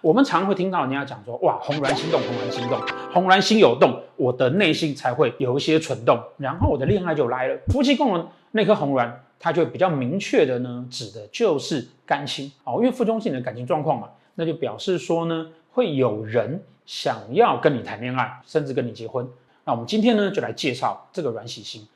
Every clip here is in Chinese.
我们常会听到人家讲说，哇，红鸾心动，红鸾心动，红鸾心有动，我的内心才会有一些蠢动，然后我的恋爱就来了。夫妻宫的那颗红鸾，它就比较明确的呢，指的就是感情哦，因为副中性的感情状况嘛，那就表示说呢，会有人想要跟你谈恋爱，甚至跟你结婚。那我们今天呢，就来介绍这个鸾喜星。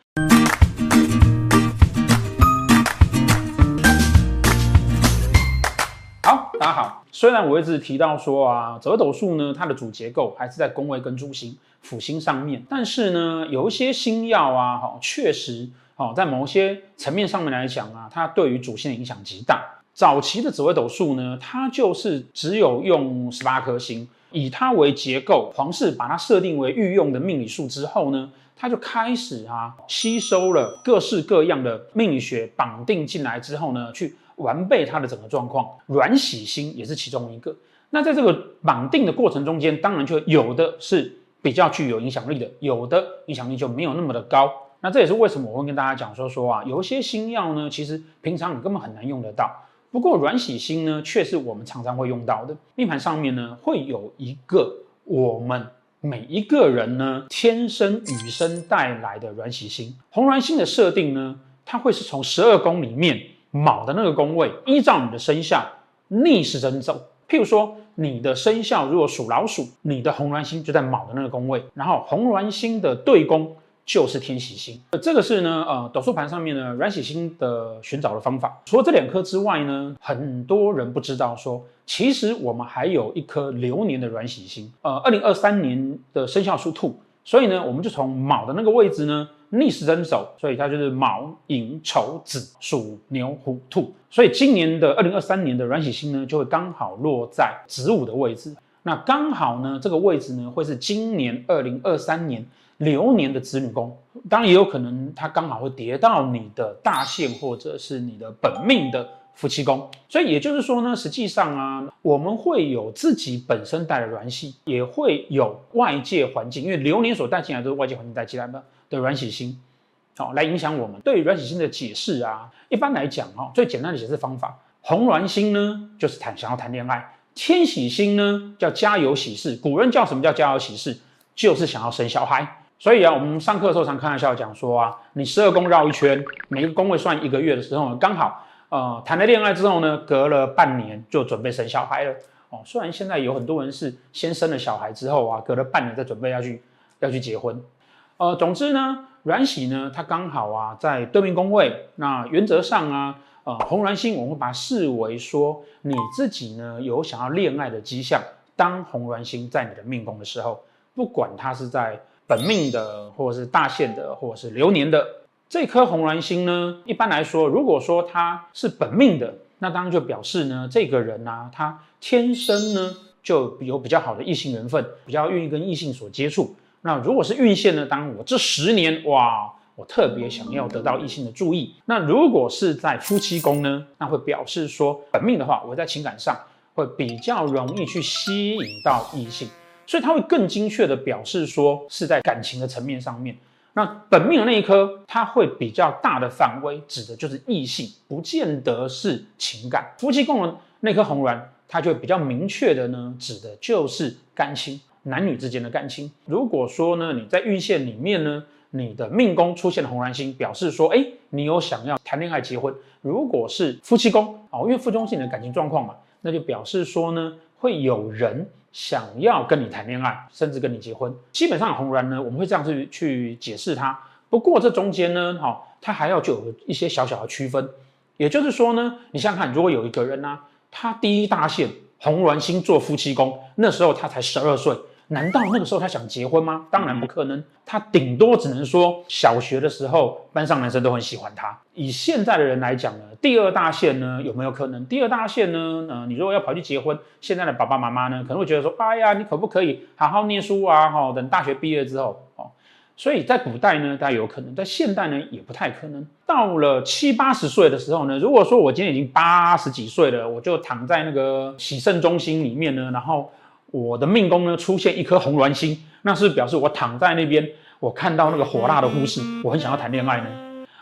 好，大家好。虽然我一直提到说啊，紫微斗数呢，它的主结构还是在宫位跟主星、辅星上面，但是呢，有一些星曜啊，确实在某些层面上面来讲啊，它对于主星的影响极大。早期的紫微斗数呢，它就是只有用18颗星，以它为结构，皇室把它设定为御用的命理数之后呢，它就开始吸收了各式各样的命理学绑定进来之后呢，去完备它的整个状况。鸾喜星也是其中一个。那在这个绑定的过程中间，当然就有的是比较具有影响力的，有的影响力就没有那么的高。那这也是为什么我会跟大家讲说啊，有一些星曜呢，其实平常你根本很难用得到。不过鸾喜星呢，却是我们常常会用到的。命盘上面呢，会有一个我们每一个人呢天生与生带来的鸾喜星。红鸾星的设定呢，它会是从12宫里面卯的那个宫位，依照你的生肖逆时针走。譬如说，你的生肖如果属老鼠，你的红鸾星就在卯的那个宫位，然后红鸾星的对宫就是天喜星。这个是呢，斗数盘上面呢鸾喜星的寻找的方法。除了这2颗之外呢，很多人不知道说，其实我们还有一颗流年的鸾喜星。2023年的生肖属兔，所以呢，我们就从卯的那个位置呢逆时针走，所以它就是卯、寅、丑、子、鼠、牛、虎、兔。所以今年的2023年的鸾喜星呢，就会刚好落在子午的位置。那刚好呢，这个位置呢，会是今年2023年流年的子女宫。当然也有可能它刚好会跌到你的大限或者是你的本命的夫妻宫。所以也就是说呢，实际上啊，我们会有自己本身带的鸾喜，也会有外界环境，因为流年所带进来都是外界环境带进来的鸾喜星，来影响我们。对于鸾喜星的解释啊，一般来讲最简单的解释方法，红鸾星呢就是想要谈恋爱，天喜星呢叫家有喜事。古人叫什么叫家有喜事？就是想要生小孩。所以啊，我们上课的时候常开玩笑讲说啊，你12宫绕一圈，每个宫位算1个月的时候，刚好谈了恋爱之后呢，隔了半年就准备生小孩了。虽然现在有很多人是先生了小孩之后啊，隔了半年再准备要去结婚。总之呢，鸾喜呢，它刚好啊在对命宫位。那原则上啊，红鸾星我们会把它视为说你自己呢有想要恋爱的迹象。当红鸾星在你的命宫的时候，不管它是在本命的，或者是大限的，或者是流年的，这颗红鸾星呢，一般来说，如果说它是本命的，那当然就表示呢，这个人啊，他天生呢就有比较好的异性缘分，比较愿意跟异性所接触。那如果是运线呢，当然我这10年哇，我特别想要得到异性的注意。那如果是在夫妻宫呢，那会表示说本命的话，我在情感上会比较容易去吸引到异性。所以它会更精确的表示说是在感情的层面上面。那本命的那一颗，它会比较大的范围，指的就是异性，不见得是情感。夫妻宫的那颗红鸾，它就比较明确的呢，指的就是感情，男女之间的感情。如果说呢，你在运线里面呢，你的命宫出现了红鸾星，表示说，你有想要谈恋爱结婚。如果是夫妻宫因为夫中性的感情状况嘛，那就表示说呢，会有人想要跟你谈恋爱，甚至跟你结婚。基本上红鸾呢，我们会这样去解释它。不过这中间呢，它还要就有一些小小的区分。也就是说呢，你想想看，如果有一个人他第一大限红鸾星做夫妻宫，那时候他才12岁，难道那个时候他想结婚吗？当然不可能，他顶多只能说小学的时候班上男生都很喜欢他。以现在的人来讲呢，第2大限呢有没有可能？第2大限呢，你如果要跑去结婚，现在的爸爸妈妈呢可能会觉得说，哎呀，你可不可以好好念书啊？等大学毕业之后所以在古代呢，大家有可能；在现代呢，也不太可能。到了70、80岁的时候呢，如果说我今天已经80几岁了，我就躺在那个洗肾中心里面呢，然后我的命宫呢出现一颗红鸾星，那是表示我躺在那边，我看到那个火辣的护士，我很想要谈恋爱呢。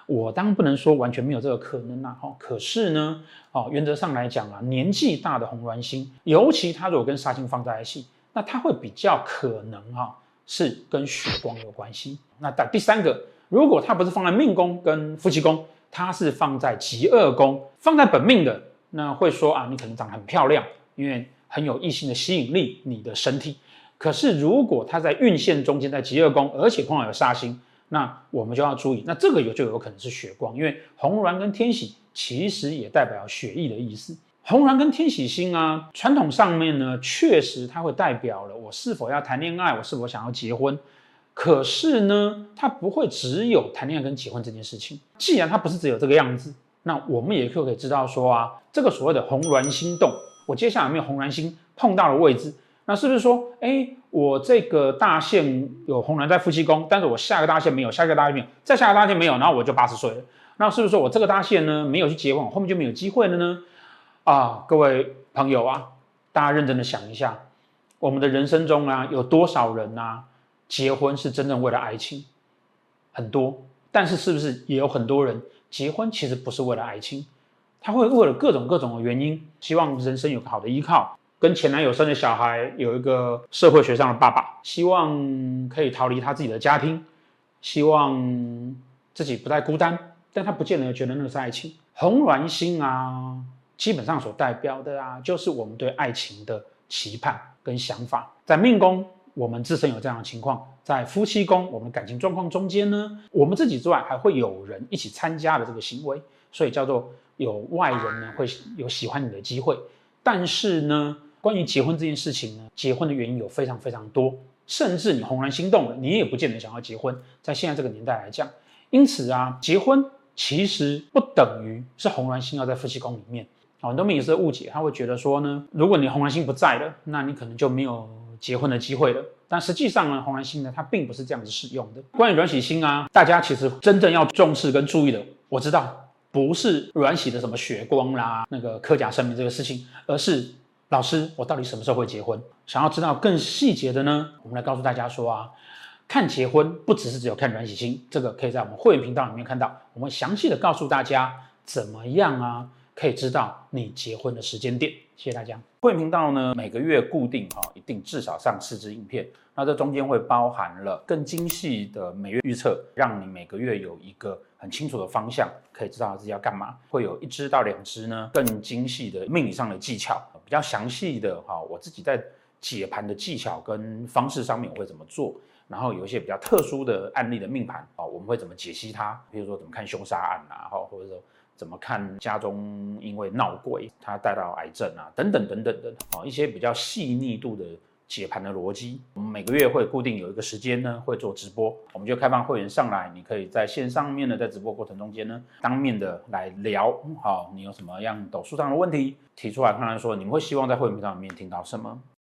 我当然不能说完全没有这个可能啦，可是呢，原则上来讲啊，年纪大的红鸾星，尤其它如果跟煞星放在一起，那它会比较可能是跟血光有关系。那第三个，如果它不是放在命宫跟夫妻宫，它是放在疾厄宫，放在本命的，那会说啊，你可能长得很漂亮，因为很有异性的吸引力，你的身体。可是如果它在运线中间，在疾厄宫，而且碰到有煞星，那我们就要注意，那这个就有可能是血光，因为红鸾跟天喜其实也代表血液的意思。红鸾跟天喜星啊，传统上面呢，确实它会代表了我是否要谈恋爱，我是否想要结婚。可是呢，它不会只有谈恋爱跟结婚这件事情。既然它不是只有这个样子，那我们也可以知道说啊，这个所谓的红鸾星动，我接下来有没有红鸾星碰到的位置？那是不是说，我这个大限有红鸾在夫妻宫，但是我下个大限没有，下个大限没有，再下个大限没有，然后我就80岁了。那是不是说我这个大限呢没有去结婚，我后面就没有机会了呢？各位朋友啊，大家认真的想一下，我们的人生中啊，有多少人啊，结婚是真正为了爱情？很多，但是是不是也有很多人结婚其实不是为了爱情，他会为了各种的原因，希望人生有个好的依靠，跟前男友生的小孩有一个社会学上的爸爸，希望可以逃离他自己的家庭，希望自己不再孤单，但他不见得觉得那个是爱情。红鸾星啊，基本上所代表的啊，就是我们对爱情的期盼跟想法。在命宫，我们自身有这样的情况；在夫妻宫，我们感情状况中间呢，我们自己之外还会有人一起参加的这个行为，所以叫做有外人呢会有喜欢你的机会。但是呢，关于结婚这件事情呢，结婚的原因有非常多，甚至你红鸾心动了，你也不见得想要结婚。在现在这个年代来讲，因此啊，结婚其实不等于是红鸾星要在夫妻宫里面。很多命理师的误解，他会觉得说呢，如果你红鸾星不在了，那你可能就没有结婚的机会了。但实际上呢，红鸾星呢，它并不是这样子使用的。关于鸾喜星啊，大家其实真正要重视跟注意的，我知道不是鸾喜的什么血光啦、那个科甲生命这个事情，而是老师，我到底什么时候会结婚？想要知道更细节的呢，我们来告诉大家说啊，看结婚不只是只有看鸾喜星，这个可以在我们会员频道里面看到，我们详细的告诉大家怎么样啊，可以知道你结婚的时间点。谢谢大家。会员频道呢，每个月固定一定至少上4支影片，那这中间会包含了更精细的每月预测，让你每个月有一个很清楚的方向，可以知道自己要干嘛。会有1支到2支呢，更精细的命理上的技巧，比较详细的我自己在解盘的技巧跟方式上面我会怎么做。然后有一些比较特殊的案例的命盘我们会怎么解析它，比如说怎么看凶杀案啊，或者说怎么看家中因为闹鬼他带到癌症啊，等等的一些比较细腻度的解盘的逻辑。我们每个月会固定有一个时间呢，会做直播，我们就开放会员上来，你可以在线上面呢，在直播过程中间呢，当面的来聊，你有什么样斗数上的问题提出来，看看说你们会希望在会员频道里面听到什么。